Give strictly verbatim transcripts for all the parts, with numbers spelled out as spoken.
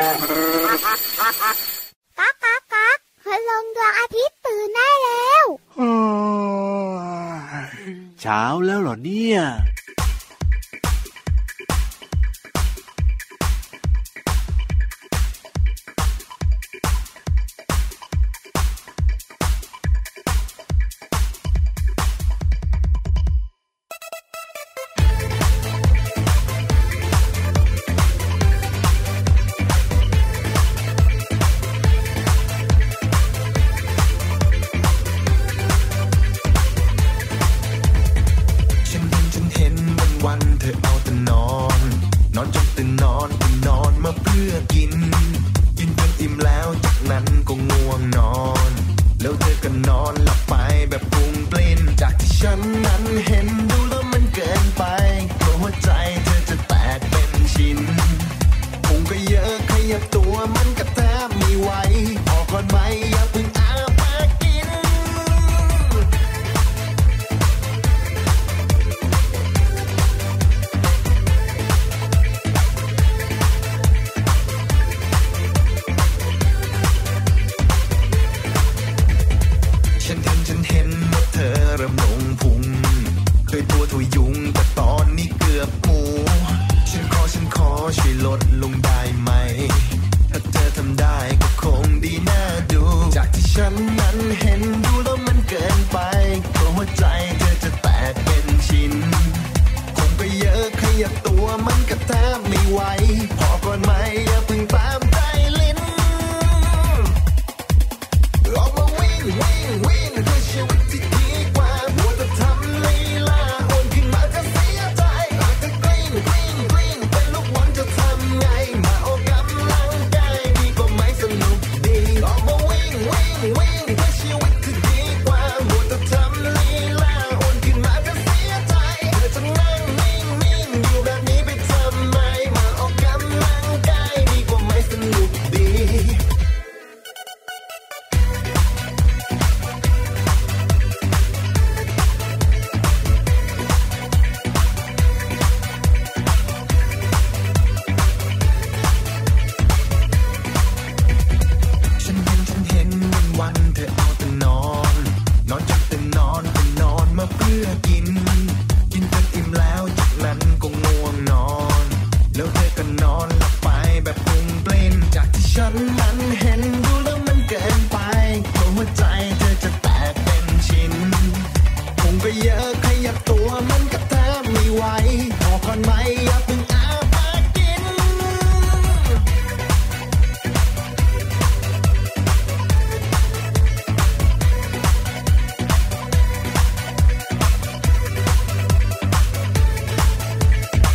ก๊ากก๊ากก๊ากพลังดวงอาทิตย์ตื่นได้แล้วเช้าแล้วเหรอเนี่ย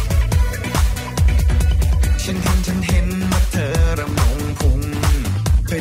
ฉันเห็นฉันเห็นว่าเธอรำนงพุง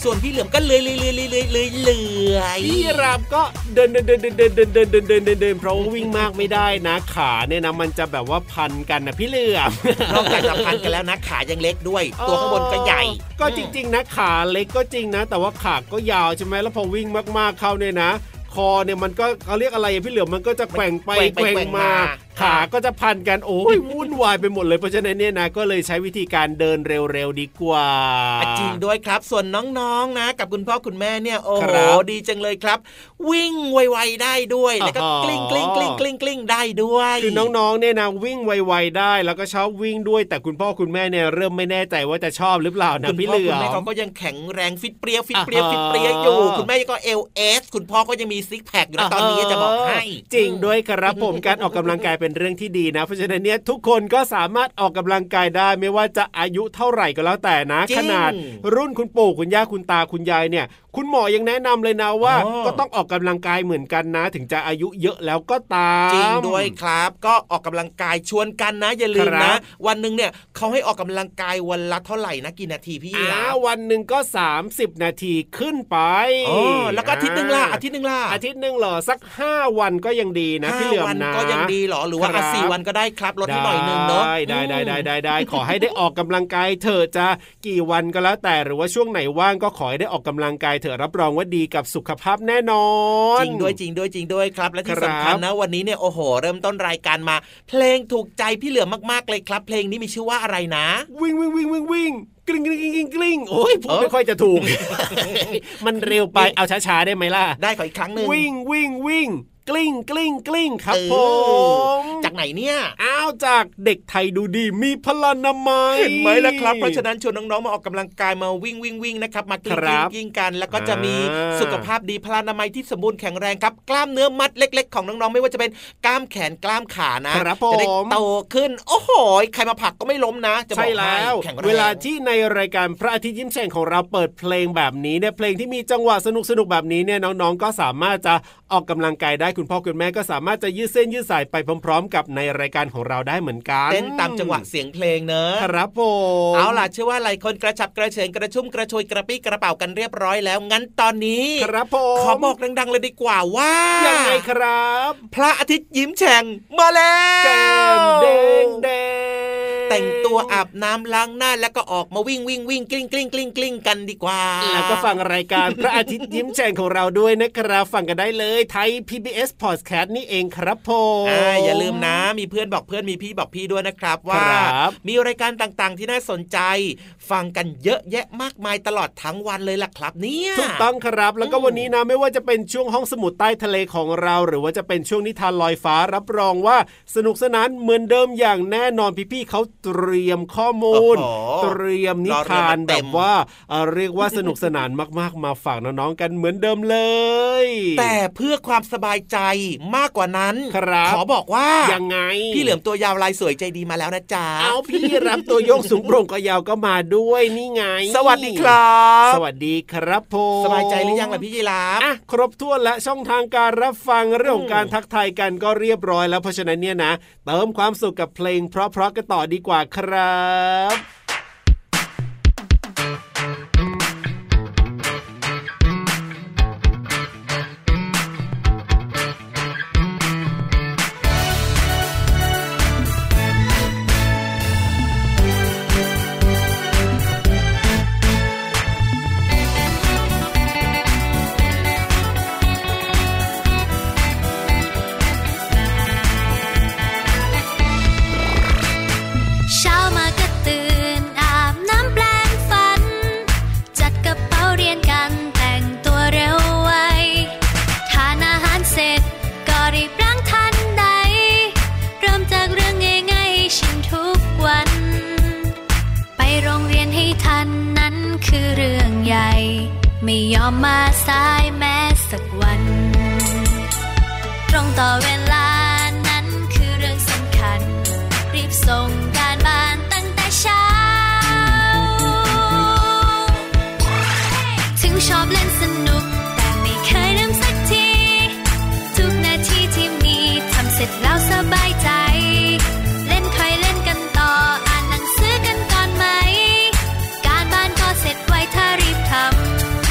ส่วนพี่เหลือมก็เลื้อยเลื้อยเลื้อยเลื้อยเลื้อยเลื้อยพี่รับก็เดินเดินเดินเดินเดินเดินเดินเดินเดินเดินเดินเพราะว่าวิ่งมากไม่ได้นะขาเนี่ยนะมันจะแบบว่าพันกันนะพี่เหลือมนอกจากจะพันกันแล้วนะขายังเล็กด้วยตัวข้างบนก็ใหญ่ก็จริงๆนะขาเล็กก็จริงนะแต่ว่าขาก็ยาวใช่ไหมแล้วพอวิ่งมากๆเข้าเนี่ยนะคอเนี่ยมันก็เขาเรียกอะไรพี่เหลือมมันก็จะแกว่งไปแกว่งมาขาก็จะพันกันโอ้ยวุ่นวายไปหมดเลยเพราะฉะนั้นเนี่ยนะก็เลยใช้วิธีการเดินเร็วๆดีกว่าจริงด้วยครับส่วนน้องๆนะกับคุณพ่อคุณแม่เนี่ยโอ้โหดีจังเลยครับวิ่งไวๆได้ด้วยแล้วก็กลิ้งกลิ้งกลิ้งกลิ้งกลิ้งได้ด้วยคือน้องๆเนี่ยนะวิ่งไวๆได้แล้วก็ชอบวิ่งด้วยแต่คุณพ่อคุณแม่เนี่ยเริ่มไม่แน่ใจว่าจะชอบหรือเปล่านะพี่เหลือมคุณพ่อคุณแม่เขาก็ยังแข็งแรงฟิตเปรี้ยวฟิตเปรี้ยวฟิตเปรี้ยวอยู่คุณแม่ก็เอลเอสคุณพ่อก็ยังมีซิกแพคอยู่นะตอนนี้จะบอกให้จริงด้วยครับผมการออกกำลังกายเป็นเรื่องที่ดีนะเพราะฉะนั้นเนี่ยทุกคนก็สามารถออกกำลังกายได้ไม่ว่าจะอายุเท่าไหร่ก็แล้วแต่นะขนาดรุ่นคุณปู่คุณย่าคุณตาคุณยายเนี่ยคุณหมอยังแนะนำเลยนะว่าก็ต้องออกกำลังกายเหมือนกันนะถึงจะอายุเยอะแล้วก็ตามจริงด้วยครับก็ออกกำลังกายชวนกันนะอย่าลืมนะวันนึงเนี่ยเขาให้ออกกำลังกายวันละเท่าไหร่นะกี่นาทีพี่อ่าวันนึงก็สามสิบนาทีขึ้นไปอ๋อแล้วก็อาทิตย์นึงล่ะอาทิตย์นึงล่ะอาทิตย์นึงเหรอสักห้าวันก็ยังดีนะพี่เหลือมนะก็ยังดีเหรอหรือว่าสี่วันก็ได้ครับลดให้หน่อยนึงเนาะได้ได้ได้ได้ได้ขอให้ได้ออกกำลังกายเถอะจะกี่วันก็แล้วแต่หรือว่าช่วงไหนว่างก็ขอให้ได้ออกกำลังกายเถอะรับรองว่าดีกับสุขภาพแน่นอนจริงด้วยจริงด้วยจริงด้วยครับและที่สำคัญนะวันนี้เนี่ยโอ้โหเริ่มต้นรายการมาเพลงถูกใจพี่เหลือมมากๆเลยครับเพลงนี้มีชื่อว่าอะไรนะวิ่งวิ่งวิ่งวิ่งวิ่งกลิ้งกลิ้งกลิ้งกลิ้งโอ้ยพูดไม่ค่อยจะถูกมันเร็วไปเอาช้าๆได้ไหมล่ะได้ขออีกครั้งนึงวิ่งวิ่งวิ่งกลิ้งกลิ้งกลิ้งครับผมจากไหนเนี่ยอ้าวจากเด็กไทยดูดีมีพลานามัยเห็นไหมล่ะครับเพราะฉะนั้นชวนน้องๆมาออกกำลังกายมาวิ่งวิ่งวิ่งนะครับมากลิ้งกลิ้งกันแล้วก็จะมีสุขภาพดีพลานามัยที่สมบูรณ์แข็งแรงครับกล้ามเนื้อมัดเล็กๆของน้องๆไม่ว่าจะเป็นกล้ามแขนกล้ามขานะจะได้โตขึ้นโอ้โหใครมาผลักก็ไม่ล้มนะจะบอกให้แข็งแรงเวลาที่ในรายการพระอาทิตย์ยิ้มแฉ่งของเราเปิดเพลงแบบนี้เนี่ยเพลงที่มีจังหวะสนุกๆแบบนี้เนี่ยน้องๆก็สามารถจะออกกำลังกายได้คุณพ่อคุณแม่ก็สามารถจะยืดเส้นยืดสายไปพร้อมๆกับในรายการของเราได้เหมือนกันเต้นตามจังหวะเสียงเพลงเนอะครับผมเอาล่ะเชื่อว่าหลายคนกระฉับกระเฉงกระชุ่มกระชวยกระปี้กระเป๋ากันเรียบร้อยแล้วงั้นตอนนี้ครับผมขอบอกดังๆเลยดีกว่าว่ายังไงครับพระอาทิตย์ยิ้มแฉ่งมาแล้วแก้มแดงแดงแต่งตัวอาบน้ำล้างหน้าแล้วก็ออกมาวิ่งวิ่งวิ่งกลิ้งกลิ้งกลิ้งกลิ้งกันดีกว่าแล้วก็ฟังรายการพระอาทิตย์ยิ้มแฉ่งของเราด้วยนะครับฟังกันได้เลยไทย พี บี เอส Podcast นี่เองครับผมอ่าอย่าลืมนะมีเพื่อนบอกเพื่อนมีพี่บอกพี่ด้วยนะครับว่ามีรายการต่างๆที่น่าสนใจฟังกันเยอะแยะมากมายตลอดทั้งวันเลยล่ะครับเนี่ยถูกต้องครับแล้วก็วันนี้นะไม่ว่าจะเป็นช่วงห้องสมุดใต้ทะเลของเราหรือว่าจะเป็นช่วงนิทานลอยฟ้ารับรองว่าสนุกสนานเหมือนเดิมอย่างแน่นอนพี่ๆเขาเตรียมข้อมูลเตรียมนิทานแบบว่าเรียกว่าสนุกสนานมากๆมาฝากน้องๆกันเหมือนเดิมเลยแต่เพื่อความสบายใจมากกว่านั้นขอบอกว่ายังไงพี่เหลือมตัวยาวลายสวยใจดีมาแล้วนะจ๊ะเอาพี่รับตัวโยกสูงโปร่งก็ยาวก็มาด้วยนี่ไงสวัสดีครับสวัสดีครับผมสบายใจหรือยังล่ะพี่ยีราฟอ่ะครบถ้วนและช่องทางการรับฟังเรื่องของการทักทายกันก็เรียบร้อยแล้วเพราะฉะนั้นเนี่ยนะเติมความสุขกับเพลงเพราะๆกันต่อดีกว่าครับไม่ยอมมาสายแม้สักวันตรงต่อเวลานั้นคือเรื่องสำคัญรีบส่งการบ้านตั้งแต่เช้าถึงชอบเล่นสนุกแต่ไม่เคยลืมสักทีทุกนาทีที่มีทำเสร็จแล้วสบายใจเล่นค่อยเล่นกันต่ออ่านหนังสือกันก่อนไหมการบ้านก็เสร็จไวถ้ารีบทำ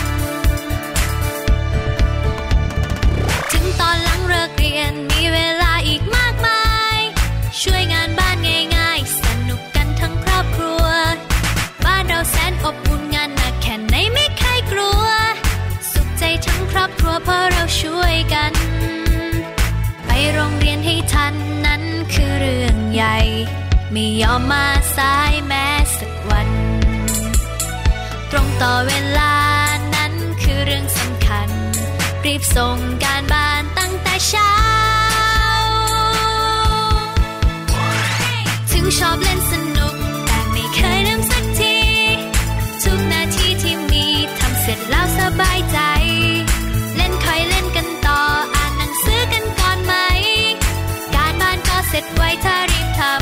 คือเรื่องใหญ่ไม่ยอมมาสายแม้สักวันตรงต่อเวลานั้นคือเรื่องสำคัญรีบส่งการบ้านตั้งแต่เช้าถึงชอบเล่นสนุกแต่ไม่เคยลืมสักทีทุกนาทีที่มีทำเสร็จแล้วสบายใจเล่นค่อยเล่นกันต่ออ่านหนังสือกันก่อนไหมการบ้านก็เสร็จไวถ้ารีบทำ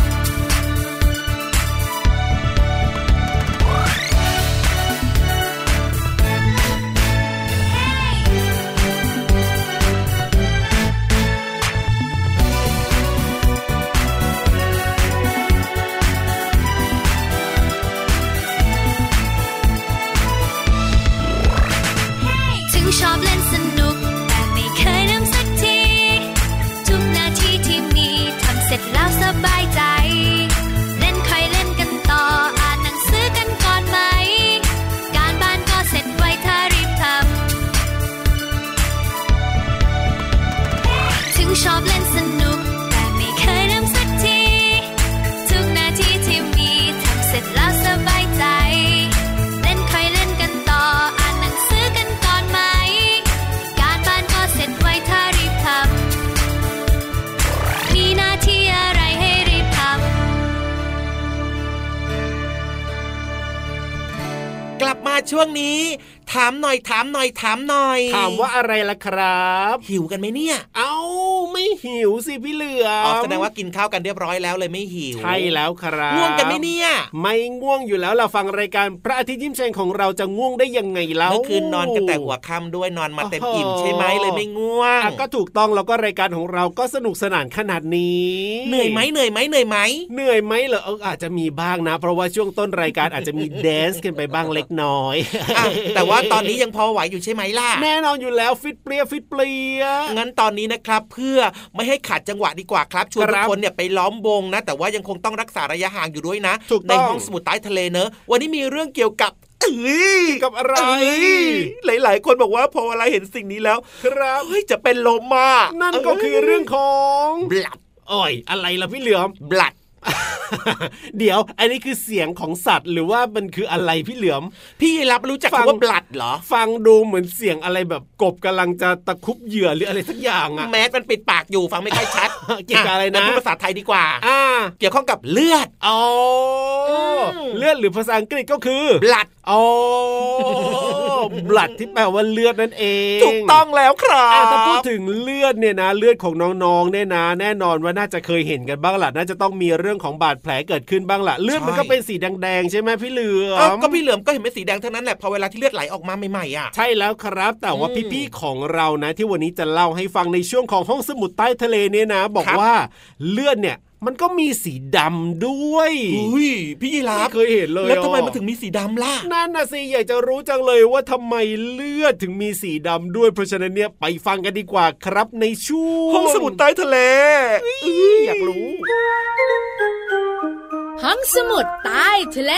ชอบเล่นสนุกแต่ไม่เคยลืมสักทีทุกนาทีที่มีทำเสร็จแล้วสบายใจเล่นค่อยเล่นกันต่ออ่านหนังสือกันก่อนไหมการบ้านก็เสร็จไวถ้ารีบทำถึงชอบเล่นสนุกแต่ไม่เคยลืมสักทีทุกนาทีที่มีทำเสร็จแล้วสบายใจเล่นค่อยเล่นกันต่ออ่านหนังสือกันก่อนไหมการบ้านก็เสร็จไวถ้ารีบทำมีหน้าที่อะไรให้รีบทำกลับมาช่วงนี้ถามหน่อยถามหน่อยถามหน่อยถามว่าอะไรล่ะครับหิวกันไหมเนี่ยเอ้าไม่หิวสิพี่เหลือมอ๋อแสดงว่ากินข้าวกันเรียบร้อยแล้วเลยไม่หิวใช่แล้วครับง่วงกันไหมเนี่ยไม่ง่วงอยู่แล้วเราฟังรายการพระอาทิตย์ยิ้มแฉ่งของเราจะง่วงได้ยังไงเล่าเมื่อคืนนอนกันแต่หัวค่ำด้วยนอนมาเต็มอิ่มใช่ไหมเลยไม่ง่วงก็ถูกต้องแล้วก็รายการของเราก็สนุกสนานขนาดนี้เหนื่อยไหมเหนื่อยไหมเหนื่อยไหมเหนื่อยไหมเหรออาจจะมีบ้างนะเพราะว่าช่วงต้นรายการอาจจะมีแดนซ์กันไปบ้างเล็กน้อยแต่ว่าตอนนี้ยังพอไหวอยู่ใช่ไหมล่ะแน่นอนอยู่แล้วฟิตเปรี้ยฟิตเปรี้ยงั้นตอนนี้นะครับเพื่อไม่ให้ขาดจังหวะดีกว่าครับชวนทุกคนเนี่ยไปล้อมวงนะแต่ว่ายังคงต้องรักษาระยะห่างอยู่ด้วยนะในห้องสมุดใต้ทะเลเนอะวันนี้มีเรื่องเกี่ยวกับเอ้ยกับอะไรหลายๆคนบอกว่าพอเวลาเห็นสิ่งนี้แล้วครับเฮ้ยจะเป็นลมมานั่นก็คือเรื่องของบลัดอ้อยอะไรล่ะพี่เหลือมบลัดเดี๋ยวอันนี้คือเสียงของสัตว์หรือว่ามันคืออะไรพี่เหลือมพี่รับรู้จักคำว่าบลัดเหรอฟังดูเหมือนเสียงอะไรแบบกบกำลังจะตะคุบเหยื่อหรืออะไรสักอย่างอ่ะแม้มันปิดปากอยู่ฟังไม่ค่อยชัดเกี่ยวกับอะไรนะพูดภาษาไทยดีกว่าอ่าเกี่ยวข้องกับเลือดอ๋อเลือดหรือภาษาอังกฤษก็คือบลัดอ๋อบลัดที่แปลว่าเลือดนั่นเองถูกต้องแล้วครับถ้าพูดถึงเลือดเนี่ยนะเลือดของน้องๆเนี่ยนะแน่นอนว่าน่าจะเคยเห็นกันบ้างล่ะน่าจะต้องมีเรื่องของบาดแผลเกิดขึ้นบ้างล่ะเลือดมันก็เป็นสีแดงๆใช่ไหมพี่เหลือมก็พี่เหลือมก็เห็นเป็นสีแดงเท่านั้นแหละพอเวลาที่เลือดไหลออกมาใหม่ๆอ่ะใช่แล้วครับแต่ว่าพี่ๆของเรานะที่วันนี้จะเล่าให้ฟังในช่วงของห้องสมุดใต้ทะเลเนี่ยนะบอกว่าเลือดเนี่ยมันก็มีสีดำด้วยอุ้ยพี่ยีราฟเคยเห็นเลยแล้วทำไมมันถึงมีสีดำล่ะนั่นน่ะสิอยากจะรู้จังเลยว่าทำไมเลือดถึงมีสีดำด้วยเพราะฉะนั้นเนี่ยไปฟังกันดีกว่าครับในช่วงห้องสมุดใต้ทะเลอยากรู้ห้องสมุดใต้ทะเล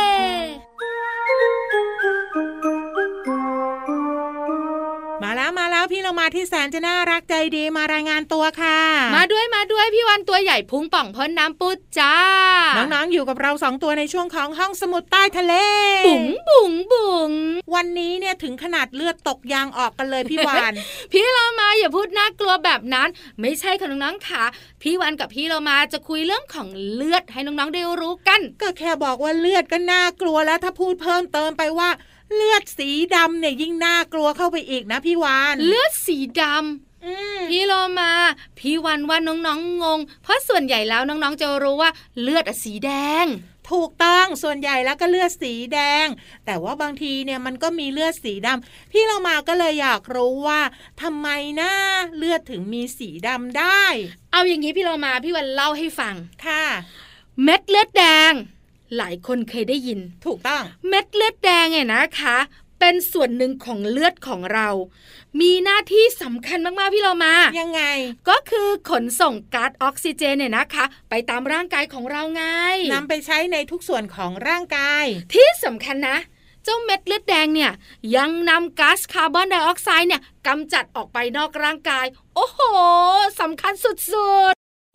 มาแล้วมาแล้วพี่เรามาที่แสนจะน่ารักใจดีมารายงานตัวค่ะมาด้วยมาด้วยพี่วันตัวใหญ่พุงป่องพ้นน้ำปุดจ้าน้องๆอยู่กับเราสองตัวในช่วงของห้องสมุดใต้ทะเลบุ๋งบุ๋งบุ๋งวันนี้เนี่ยถึงขนาดเลือดตกยางออกกันเลยพี่วานพี่เรามาอย่าพูดน่ากลัวแบบนั้นไม่ใช่ค่ะน้องๆค่ะพี่วันกับพี่เรามาจะคุยเรื่องของเลือดให้น้องๆได้รู้กันก็แค่บอกว่าเลือดก็น่ากลัวแล้วถ้าพูดเพิ่มเติมไปว่าเลือดสีดำเนี่ยยิ่งน่ากลัวเข้าไปอีกนะพี่วานเลือดสีดำพี่โลมาพี่วันว่าน้องๆ ง, งงเพราะส่วนใหญ่แล้วน้องๆจะรู้ว่าเลือดสีแดงถูกต้องส่วนใหญ่แล้วก็เลือดสีแดงแต่ว่าบางทีเนี่ยมันก็มีเลือดสีดำพี่เรามาก็เลยอยากรู้ว่าทำไมนะเลือดถึงมีสีดำได้เอาอย่างนี้พี่เรามาพี่วันเล่าให้ฟังค่ะเม็ดเลือดแดงหลายคนเคยได้ยินถูกต้องเม็ดเลือดแดงเนี่ยนะคะเป็นส่วนหนึ่งของเลือดของเรามีหน้าที่สำคัญมากๆพี่เรามายังไงก็คือขนส่งก๊าซออกซิเจนเนี่ยนะคะไปตามร่างกายของเราไงนำไปใช้ในทุกส่วนของร่างกายที่สำคัญนะเจ้าเม็ดเลือดแดงเนี่ยยังนำก๊าซคาร์บอนไดออกไซด์เนี่ยกำจัดออกไปนอกร่างกายโอ้โหสำคัญสุดๆ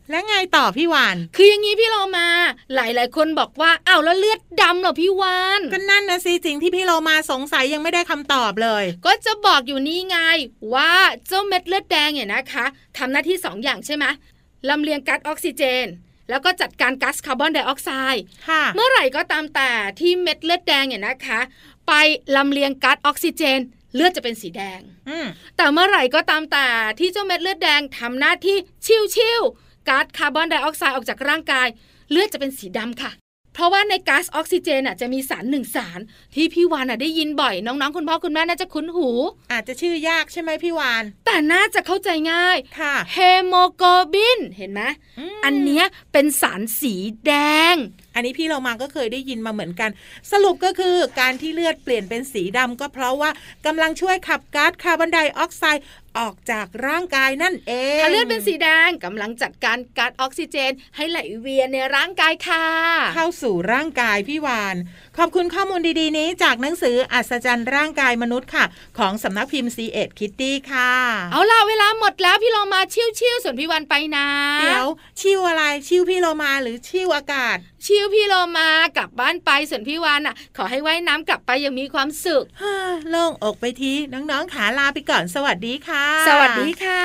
และไงต่อพี่วานคืออย่างนี้พี่เรามาหลายๆคนบอกว่าอ้าวแล้วเลือดดำเหรอพี่วานก็นั่นนะสิสิ่งที่พี่เรามาสงสัยยังไม่ได้คำตอบเลยก็จะบอกอยู่นี่ไงว่าเจ้าเม็ดเลือดแดงเนี่ยนะคะทำหน้าที่สองอย่างใช่ไหมลำเลียงก๊าซออกซิเจนแล้วก็จัดการก๊าซคาร์บอนไดออกไซด์เมื่อไหร่ก็ตามแต่ที่เม็ดเลือดแดงเนี่ยนะคะไปลำเลียงก๊าซออกซิเจนเลือดจะเป็นสีแดงแต่เมื่อไหร่ก็ตามแต่ที่เจ้าเม็ดเลือดแดงทำหน้าที่ชิวๆก๊าซคาร์บอนไดออกไซด์ออกจากร่างกายเลือดจะเป็นสีดำค่ะเพราะว่าในก๊าซออกซิเจนอ่ะจะมีสารหนึ่งสารที่พี่วานอ่ะได้ยินบ่อยน้องๆคุณพ่อคุณแม่น่าจะคุ้นหูอาจจะชื่อยากใช่ไหมพี่วานแต่น่าจะเข้าใจง่ายค่ะเฮโมโกลบินเห็นไหม อ, อันเนี้ยเป็นสารสีแดงอันนี้พี่เรามาก็เคยได้ยินมาเหมือนกันสรุปก็คือการที่เลือดเปลี่ยนเป็นสีดำก็เพราะว่ากำลังช่วยขับก๊าซคาร์บอนไดออกไซด์ออกจากร่างกายนั่นเองถ้าเลือดเป็นสีแดงกำลังจัดการก๊าซออกซิเจนให้ไหลเวียนในร่างกายค่ะเข้าสู่ร่างกายพี่วานขอบคุณข้อมูลดีๆนี้จากหนังสืออัศจรรย์ร่างกายมนุษย์ค่ะของสำนักพิมพ์ ซี เอ็ด Kitty ค่ะเอาล่ะเวลาหมดแล้วพี่เรามาชิวๆส่วนพี่วานไปนะเดี๋ยวชิวอะไรชิวพี่เรามาหรือชิวอากาศชิวพี่เรามากลับบ้านไปส่วนพี่วานน่ะขอให้ว่ายน้ำกลับไปอย่างมีความสุขโล่งอกไปทีน้องๆขาลาไปก่อนสวัสดีค่ะสวัสดีค่ะ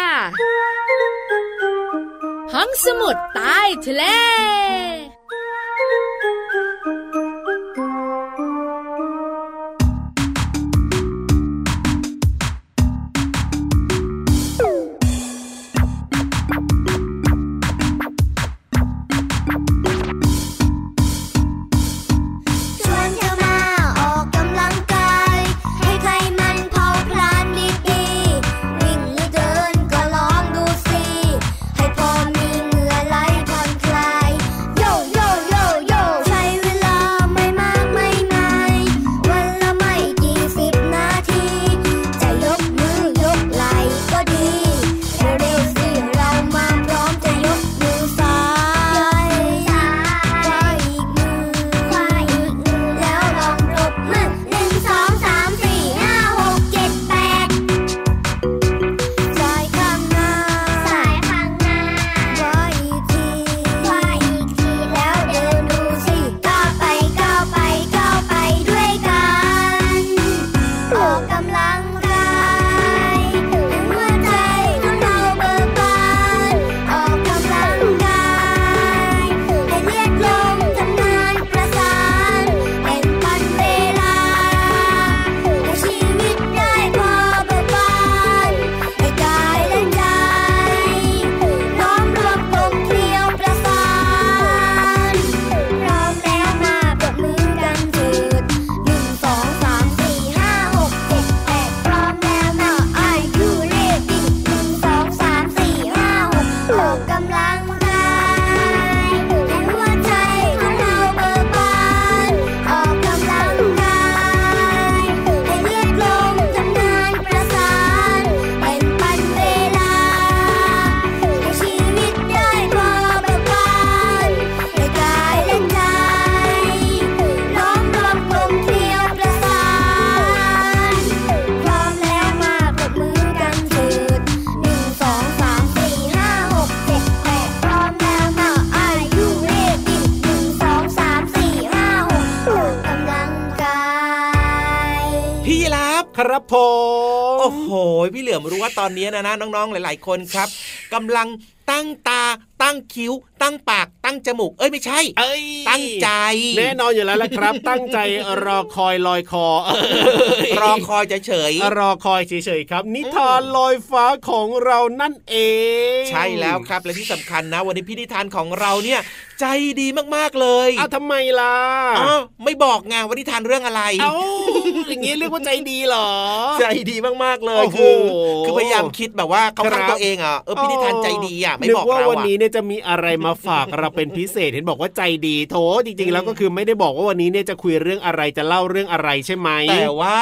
ห้องสมุดใต้ทะเลครับผมโอ้โหพี่เหลือมรู้ว่าตอนนี้นะนะน้องๆหลายๆคนครับกำลังตั้งตาตั้งคิ้วตั้งปากตั้งจมูกเอ้ยไม่ใช่เอ้ยตั้งใจแน่นอนอยู่แล้วละครับ ตั้งใจรอคอยลอยคอรอคอยเฉยๆรอคอยเฉยๆครับนิทานลอยฟ้าของเรานั่นเองใช่แล้วครับและที่สำคัญนะวันนี้พี่นิทานของเราเนี่ยใจดีมากๆเลยอ้าวทำไมล่ะอ้าวไม่บอกไงว่านิทานเรื่องอะไรเอ้าอย่างงี้เรียกว่าใจดีเหรอใจดีมากๆเลยคือคือพยายามคิดแบบว่าเขาข้างตัวเองอ่ะเออพี่นิทานใจดีอ่ะไม่บอกเราอ่ะนึกว่าวันนี้เนี่ยจะมีอะไรมาฝากเราเป็นพิเศษเห็นบอกว่าใจดีโถจริงๆแล้วก็คือไม่ได้บอกว่าวันนี้เนี่ยจะคุยเรื่องอะไรจะเล่าเรื่องอะไรใช่ไหมแต่ว่า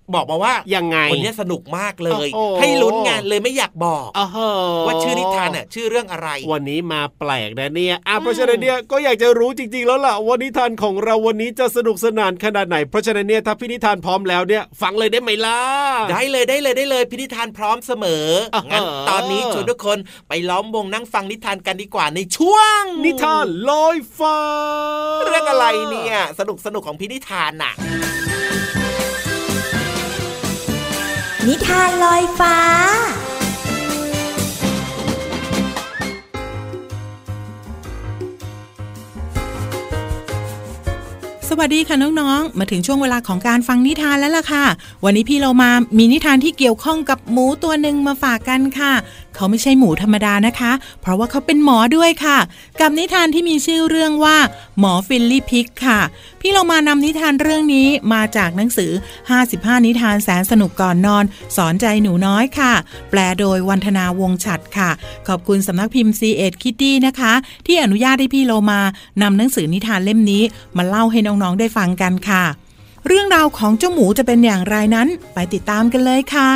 บอกมาว่ายังไงวันนี้สนุกมากเลยให้ลุ้นไงเลยไม่อยากบอกว่าชื่อนิทานน่ะชื่อเรื่องอะไรวันนี้มาแปลกนะเนี่ยอ่ะเพราะฉะนั้นเนี่ยก็อยากจะรู้จริงๆแล้วล่ะว่านิทานของเราวันนี้จะสนุกสนานขนาดไหนเพราะฉะนั้นเนี่ยถ้าพี่นิทานพร้อมแล้วเนี่ยฟังเลยได้ไหมล่ะได้เลยได้เลยได้เลยพี่นิทานพร้อมเสมองั้นตอนนี้ชวนทุกคนไปล้อมวงนั่งฟังนิทานกันดีกว่าในช่วงนิทานลอยฟ้าเรื่องอะไรเนี่ยสนุกสนุกของพี่นิทานน่ะนิทานลอยฟ้าสวัสดีค่ะน้องๆมาถึงช่วงเวลาของการฟังนิทานแล้วล่ะค่ะวันนี้พี่เรามามีนิทานที่เกี่ยวข้องกับหมูตัวหนึ่งมาฝากกันค่ะเขาไม่ใช่หมูธรรมดานะคะเพราะว่าเขาเป็นหมอด้วยค่ะกับนิทานที่มีชื่อเรื่องว่าหมอฟิลลี่พิกค่ะพี่เรามานำนิทานเรื่องนี้มาจากหนังสือห้าสิบห้านิทานแสนสนุกก่อนนอนสอนใจหนูน้อยค่ะแปลโดยวันธนาวงศ์ฉัตรค่ะขอบคุณสำนักพิมพ์ ซี เอ็ด Kitty นะคะที่อนุญาตให้พี่เรามานำหนังสือนิทานเล่มนี้มาเล่าให้น้องๆได้ฟังกันค่ะเรื่องราวของเจ้าหมูจะเป็นอย่างไรนั้นไปติดตามกันเลยค่ะ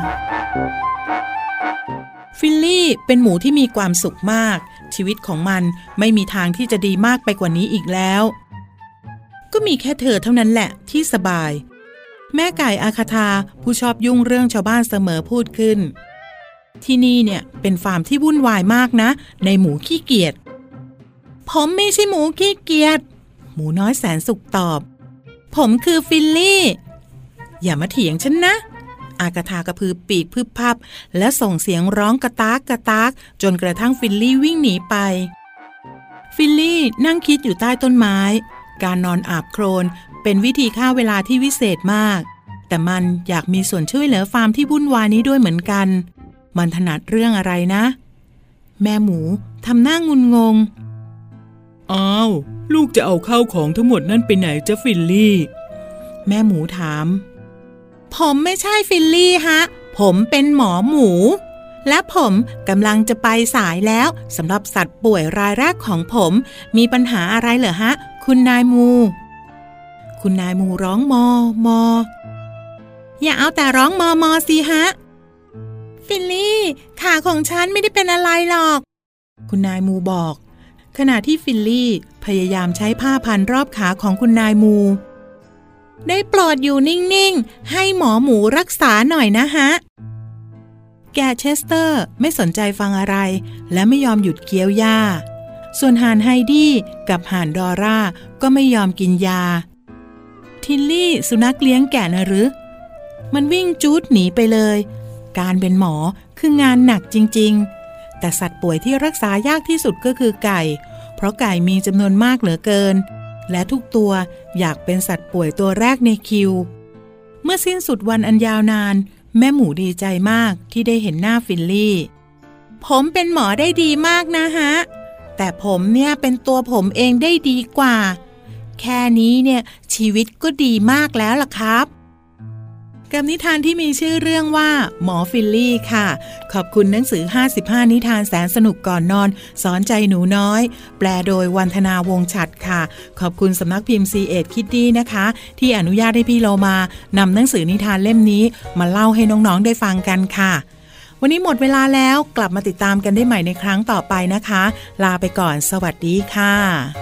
ฟิลลี่เป็นหมูที่มีความสุขมากชีวิตของมันไม่มีทางที่จะดีมากไปกว่านี้อีกแล้วก็มีแค่เธอเท่านั้นแหละที่สบายแม่ไก่อาคาธาผู้ชอบยุ่งเรื่องชาวบ้านเสมอพูดขึ้นที่นี่เนี่ยเป็นฟาร์มที่วุ่นวายมากนะในหมูขี้เกียจผมไม่ใช่หมูขี้เกียจหมูน้อยแสนสุขตอบผมคือฟิลลี่อย่ามาเถียงฉันนะอากาธากระพือปีกพึบพับและส่งเสียงร้องกระตากกระตากจนกระทั่งฟิลลี่วิ่งหนีไปฟิลลี่นั่งคิดอยู่ใต้ต้นไม้การนอนอาบโคลนเป็นวิธีฆ่าเวลาที่วิเศษมากแต่มันอยากมีส่วนช่วยเหลือฟาร์มที่วุ่นวายนี้ด้วยเหมือนกันมันถนัดเรื่องอะไรนะแม่หมูทำหน้างุนงงอ้าวลูกจะเอาข้าวของทั้งหมดนั่นไปไหนจ๊ะฟิลลี่แม่หมูถามผมไม่ใช่ฟิลลี่ฮะผมเป็นหมอหมูและผมกำลังจะไปสายแล้วสำหรับสัตว์ป่วยรายแรกของผมมีปัญหาอะไรเหรอฮะคุณนายมูคุณนายมูร้องมอมออย่าเอาแต่ร้องมอมอสิฮะฟิลลี่ขาของฉันไม่ได้เป็นอะไรหรอกคุณนายมูบอกขณะที่ฟิลลี่พยายามใช้ผ้าพันรอบขาของคุณนายมูได้โปรดอยู่นิ่งๆให้หมอหมูรักษาหน่อยนะฮะแกเชสเตอร์ไม่สนใจฟังอะไรและไม่ยอมหยุดเคี้ยวหญ้าส่วนห่านไฮดี้กับห่านดอร่าก็ไม่ยอมกินยาทิลลี่สุนัขเลี้ยงแกะนะหรือมันวิ่งจู๊ดหนีไปเลยการเป็นหมอคืองานหนักจริงๆแต่สัตว์ป่วยที่รักษายากที่สุดก็คือไก่เพราะไก่มีจำนวนมากเหลือเกินและทุกตัวอยากเป็นสัตว์ป่วยตัวแรกในคิวเมื่อสิ้นสุดวันอันยาวนานแม่หมูดีใจมากที่ได้เห็นหน้าฟิลลี่ผมเป็นหมอได้ดีมากนะฮะแต่ผมเนี่ยเป็นตัวผมเองได้ดีกว่าแค่นี้เนี่ยชีวิตก็ดีมากแล้วล่ะครับกับนิทานที่มีชื่อเรื่องว่าหมอฟิลลี่ค่ะขอบคุณหนังสือห้าสิบห้านิทานแสนสนุกก่อนนอนสอนใจหนูน้อยแปลโดยวันธนาวงศ์ฉัตรค่ะขอบคุณสำนักพิมพ์ ซี เอ็ด Kitty นะคะที่อนุญาตให้พี่โลมานำหนังสือนิทานเล่มนี้มาเล่าให้น้องๆได้ฟังกันค่ะวันนี้หมดเวลาแล้วกลับมาติดตามกันได้ใหม่ในครั้งต่อไปนะคะลาไปก่อนสวัสดีค่ะ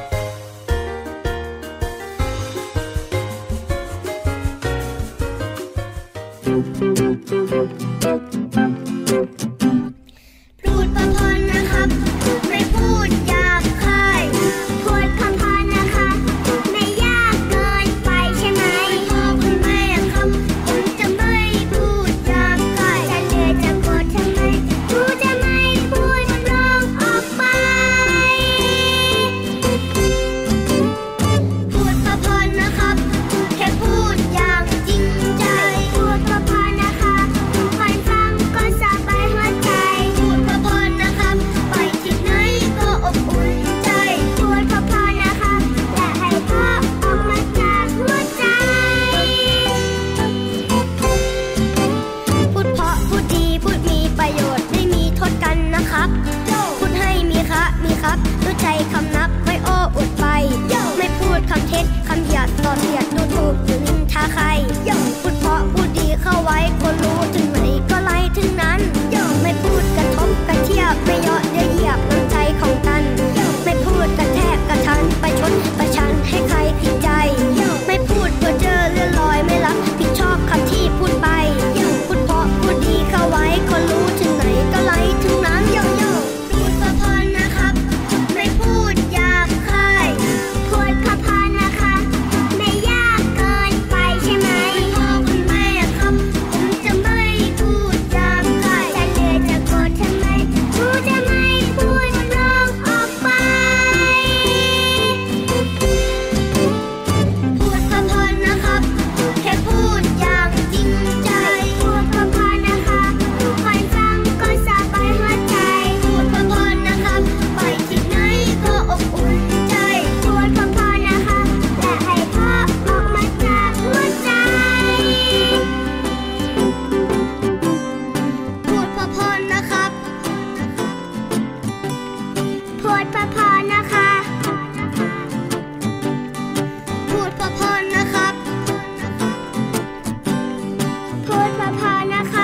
พูดพอๆนะครับไม่พูดหยาบคายพูดคำพอนะคะไม่ยากเกินไปใช่ไหมพ่อคุณแม่ครับผมจะไม่พูดหยาบคายจะเหนื่อยจะโกรธทำไมหนูจะไม่พูดร้องออกไปพูดพอๆนะครับแค่พูดอย่างจริงใจพูดพอๆนะคะฟังฟังก็สบายหัวใจพูดพอๆนะครับไปที่ไหนก็อบอุ่นใจพูดพอๆนะคะและให้พ่อออกมาจากหัวใจพูดเพราะพูดดีพูดมีประโยชน์ไม่มีโทษกันนะครับพูดให้มีคะมีครับรู้ใจคำนับไม่โอ้อวดไปไม่พูดคำเท็จคำหยาดต่อเสียดดูถูกหรือนินทาใครพูดเพราะพูดดีดเพอๆนะคะพูดเพอๆนะครับพูดเพอๆนะคะ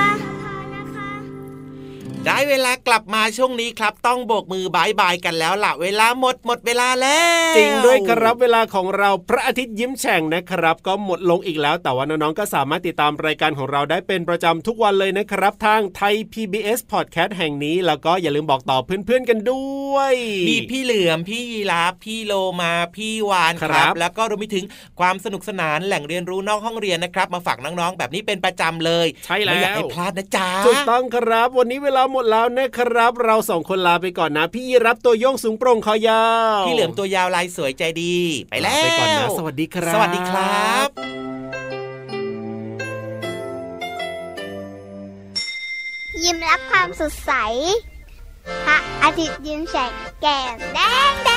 ได้เวลากลับมาช่วงนี้ครับต้องโบกมือบายบายกันแล้วล่ะเวลาหมดหมดเวลาแล้วจริงด้วยครับเวลาของเราพระอาทิตย์ยิ้มแฉ่งนะครับก็หมดลงอีกแล้วแต่ว่าน้องๆก็สามารถติดตามรายการของเราได้เป็นประจำทุกวันเลยนะครับทางไทย พี บี เอส Podcast แห่งนี้แล้วก็อย่าลืมบอกต่อเพื่อนๆกันด้วยมีพี่เหลือมพี่ยีราฟพี่โลมาพี่วานครับแล้วก็รวมไปถึงความสนุกสนานแหล่งเรียนรู้นอกห้องเรียนนะครับมาฝากน้องๆแบบนี้เป็นประจำเลยใช่แล้วไม่อยากให้พลาดนะจ๊ะถูกต้องครับวันนี้เวลาหมดแล้วนะครับเราสองคนลาไปก่อนนะพี่ยีรับตัวโยงสูงโปร่งคอยาวพี่เหลือมตัวยาวลายสวยใจดีไปแล้วไปก่อนนะสวัสดีครับสวัสดีครับยิ้มรับความสดใสพระอาทิตย์ยิ้มแฉกแก้มแดง